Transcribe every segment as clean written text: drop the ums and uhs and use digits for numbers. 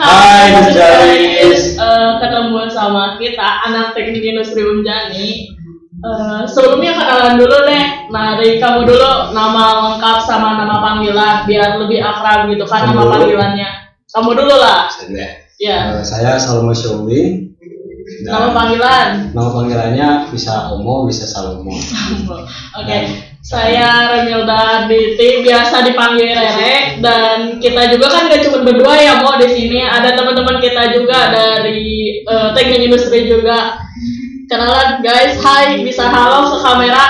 Hai Industrialis. Ketemu sama kita anak teknik industri Unjani. Sebelumnya kenalan dulu deh. Dari kamu dulu, nama lengkap sama nama panggilan biar lebih akrab gitu kan nama panggilannya. Kamu dulu lah. Ya. Saya Salomo Shombing. Nama panggilan? Nama panggilannya bisa Omo, bisa Salomo. Oke. Saya Remilda Diti, biasa dipanggil Rere, dan kita juga kan gak cuma berdua ya Mo di sini, ada teman-teman kita juga dari teknik industri juga. Kenalan guys, hai, bisa halo ke kamera.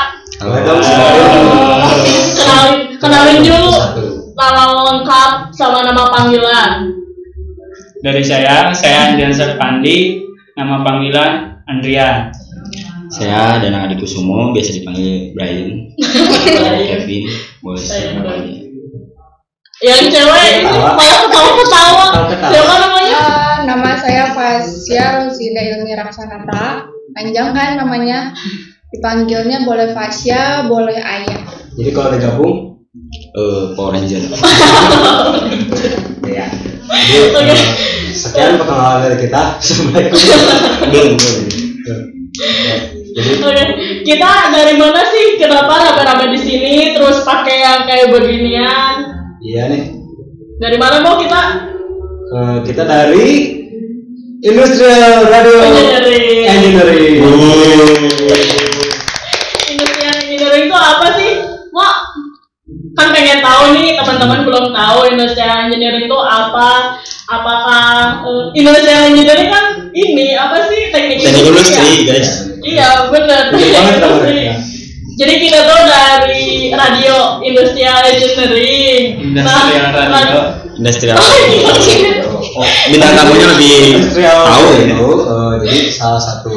Kenalin dulu nama lengkap sama nama panggilan. Dari saya Andrian Serpandi, nama panggilan Andrian. Saya Danang Adi Kusumo, biasa dipanggil Brian. Kevin, boleh semuanya. Yang cewek malah ketawa-ketawa. Siapa namanya? Nama saya Fasya Rosida Ilmi Raksanata. Panjang kan namanya. Dipanggilnya boleh Fasya, boleh Ayah. Jadi kalau digabung Power Ranger. Ya. Jadi sekian perkenalan dari kita. Assalamualaikum. Oke, kita dari mana sih? Kenapa rame-rame di sini? Terus pakai yang kayak beginian? Iya nih. Dari mana mau kita? Kita dari Industrial Radio Engineering. Industrial Engineering itu apa sih? Mau kan pengen tahu nih, teman-teman belum tahu Industrial Engineering itu apa? Apakah Industrial Engineering kan ini apa sih teknik industri guys? Iya benar. Jadi kita tuh dari radio Industrial Engineering. Industrial. Bintang tamunya lebih tahu ya. Jadi salah satu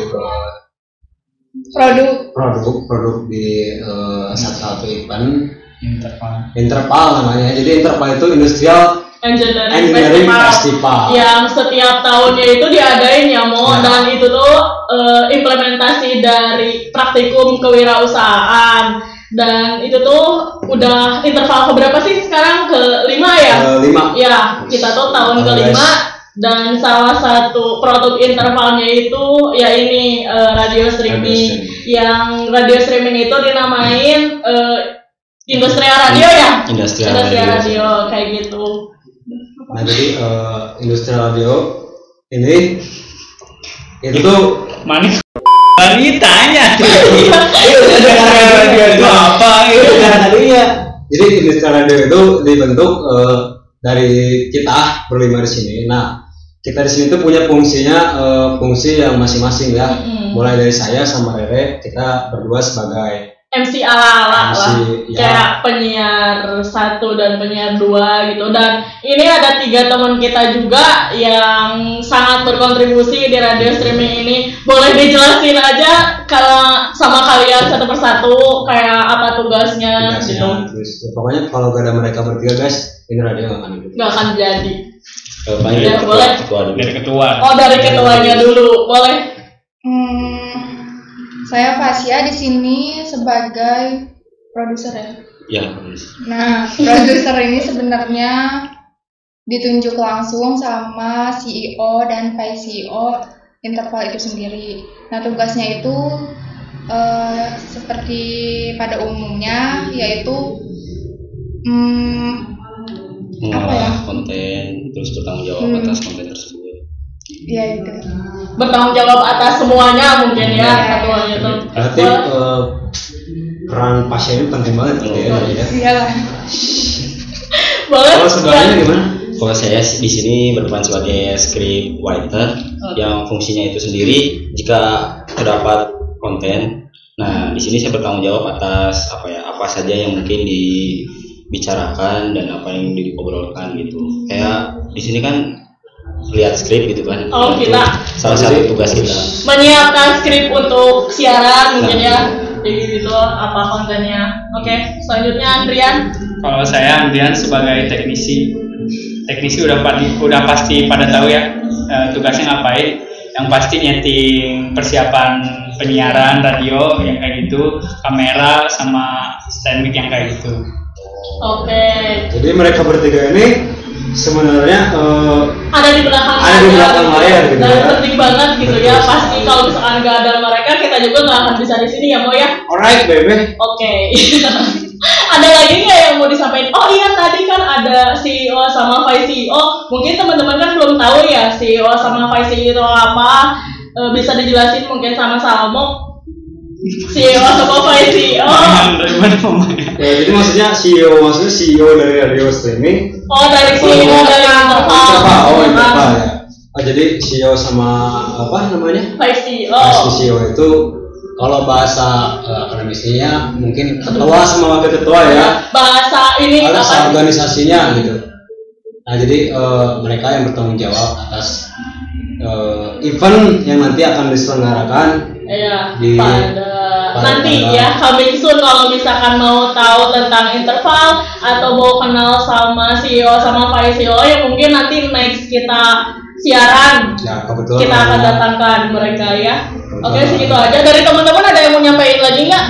produk di satu event Interpal namanya. Jadi Interpal itu Industrial Engineering Festival yang setiap tahunnya itu diadain ya Mo, dan itu tuh implementasi dari praktikum kewirausahaan, dan itu tuh udah interval keberapa sih sekarang? ke-5 ya? Ke-5 ya, kita tuh tahun ke-5, dan salah satu produk intervalnya itu ya ini radio streaming. Yang radio streaming itu dinamain Industrial Radio ya? Industrial Radio kayak gitu. Nah jadi Industrial Radio ini itu manis ditanya radio itu apa itu tadinya. Jadi Industrial Radio itu dibentuk dari kita berlima di sini. Nah kita di sini tuh punya fungsi yang masing-masing ya. Mulai dari saya sama Rere, kita berdua sebagai MC ala-ala lah, ya. Kayak penyiar 1 dan penyiar 2 gitu. Dan ini ada 3 teman kita juga yang sangat berkontribusi di radio streaming ini. Boleh dijelasin aja kalau sama kalian satu persatu kayak apa tugasnya gitu. Ya, pokoknya kalau gak ada mereka bertiga guys, ini radio gak akan jadi. Ya, boleh. Dari ketua. Oh, dari ketuanya dulu, boleh. Saya Fasya di sini sebagai produser ya. Ya. Nah, produser ini sebenarnya ditunjuk langsung sama CEO dan Vice CEO Interpal itu sendiri. Nah, tugasnya itu seperti pada umumnya yaitu mengolah konten, terus bertanggung jawab atas konten tersebut. Iya itu. Bertanggung jawab atas semuanya mungkin ya ketuanya itu. Berarti peran pasien ini penting banget gitu ya. Iyalah. Boleh. Kalau sebenarnya gimana? Kalau saya di sini berperan sebagai script writer yang fungsinya itu sendiri jika terdapat konten. Nah, di sini saya bertanggung jawab atas apa saja yang mungkin dibicarakan dan apa yang diobrolkan gitu. Kayak di sini kan lihat skrip gitu kan. Oh, kita salah satu tugas kita menyiapkan skrip untuk siaran mungkin ya. Jadi gitu apa kontennya. Oke, selanjutnya Andrian. Kalau saya Andrian sebagai teknisi udah pasti pada tahu ya tugasnya ngapain. Yang pasti nyeting persiapan penyiaran radio yang kayak gitu, kamera sama stand mic yang kayak gitu. Oke. Jadi mereka bertiga ini sebenarnya ada di belakang layar gitu dan ya. penting banget gitu ya. Betul Pasti sekali. kalau misalkan nggak ada mereka kita juga nggak akan bisa di sini ya Mo ya. Alright baby. Oke. Ada lagi nggak yang mau disampaikan? Oh iya, tadi kan ada CEO sama Vice CEO. Mungkin teman-teman kan belum tahu ya CEO sama Vice CEO itu apa. Bisa dijelasin mungkin sama Salmo. CEO sama Vice CEO. Dari mana ngomongnya? Ya, jadi maksudnya CEO dari radio streaming. Oh, dari CEO dari Interval. Interval ya. Jadi CEO sama apa namanya? Vice CEO. CEO itu kalau bahasa akademisnya mungkin ketua sama wakil ketua ya. Bahasa ini Bahasa organisasinya gitu. Nah jadi mereka yang bertanggung jawab atas event yang nanti akan diselenggarakan. Iya, Di- pada nanti tanggal- ya coming soon. Kalau misalkan mau tahu tentang Interval atau mau kenal sama CEO sama Vice CEO ya mungkin nanti next kita siaran Ya kebetulan. kita akan datangkan mereka ya. Oke, Betul. segitu aja. Dari teman-teman ada yang mau nyampein lagi nggak?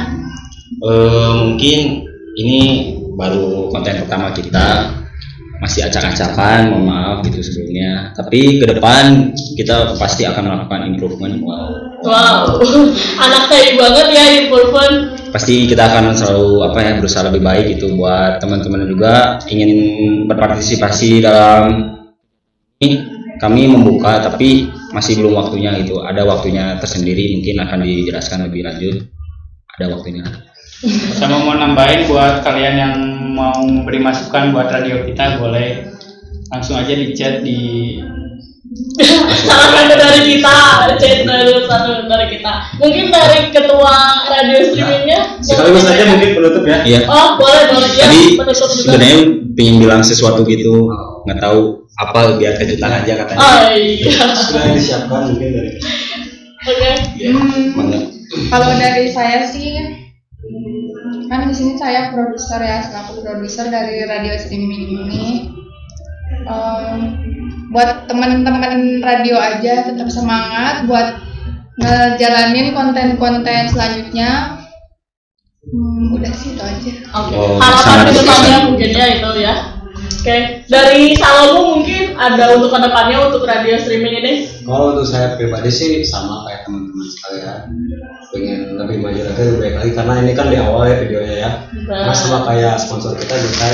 Mungkin ini baru konten pertama kita, masih acak-acakan, mohon maaf gitu sebelumnya. Tapi ke depan kita pasti akan melakukan improvement. Wow, anak saya banget ya improvement. Pasti kita akan selalu berusaha lebih baik gitu buat teman-teman juga ingin berpartisipasi dalam ini. Kami membuka tapi masih belum waktunya gitu. Ada waktunya tersendiri, mungkin akan dijelaskan lebih lanjut. Ada waktunya. Sama mau nambahin buat kalian yang mau memberi masukan buat radio kita, boleh langsung aja di chat di Salah satu dari kita, chat satu dari kita. Mungkin dari ketua radio streamingnya. Sekaligus saja mungkin penutup ya. Iya. Oh boleh ya. Tadi Penutup juga. sebenarnya pengen bilang sesuatu gitu, nggak tahu apa, biar kejutan aja katanya. Oh iya. Sudah disiapkan mungkin dari. Oke. Banget. Kalau dari saya sih, kan di sini saya produser ya, selaku produser dari radio streaming ini. Buat teman-teman radio aja tetap semangat buat ngejalanin konten-konten selanjutnya. Udah sih itu aja. Oke. Oh, Harapan sangat kedepannya berkesan. mungkin ya itu ya. Oke. Dari Salomo mungkin ada untuk kedepannya untuk radio streaming ini. Kalau untuk saya pribadi sih sama kayak teman-teman sekalian, pengen lebih maju lagi, lebih baik lagi karena ini kan di awal ya videonya ya. Karena sama kayak sponsor kita juga.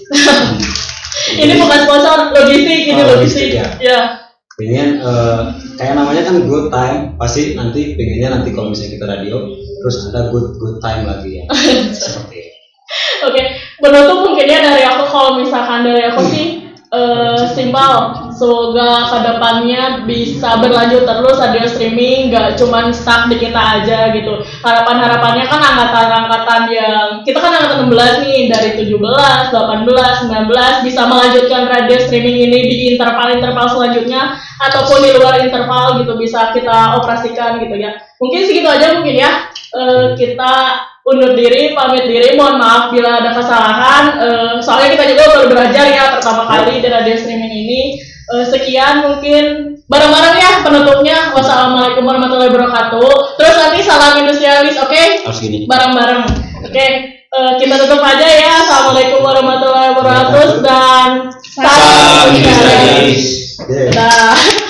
Ini bukan sponsor, logistik ini Oh, logistik. logistik ya. Ya. Pengen kayak namanya kan good time, pasti nanti pengennya nanti kalau misalnya kita radio terus ada good time lagi ya. Seperti itu. Oke, penutup mungkinnya dari aku, kalau misalkan dari aku sih simpel. Semoga kedepannya bisa berlanjut terus radio streaming, nggak cuman stuck di kita aja gitu. Harapannya kan angkatan-angkatan yang kita kan angkatan 16 nih, dari 17, 18, 19 bisa melanjutkan radio streaming ini di interval-interval selanjutnya ataupun di luar interval gitu bisa kita operasikan gitu ya. Mungkin segitu aja mungkin ya. Kita undur diri, pamit diri, mohon maaf bila ada kesalahan. Soalnya kita juga baru belajar ya pertama kali di radio streaming ini. Sekian mungkin bareng-bareng ya penutupnya. Wassalamualaikum warahmatullahi wabarakatuh. Terus nanti salam industrialis, oke? Harus gini. Bareng-bareng. Oke, kita tutup aja ya. Assalamualaikum warahmatullahi wabarakatuh dan Salam industrialis. Yeah. Dadah.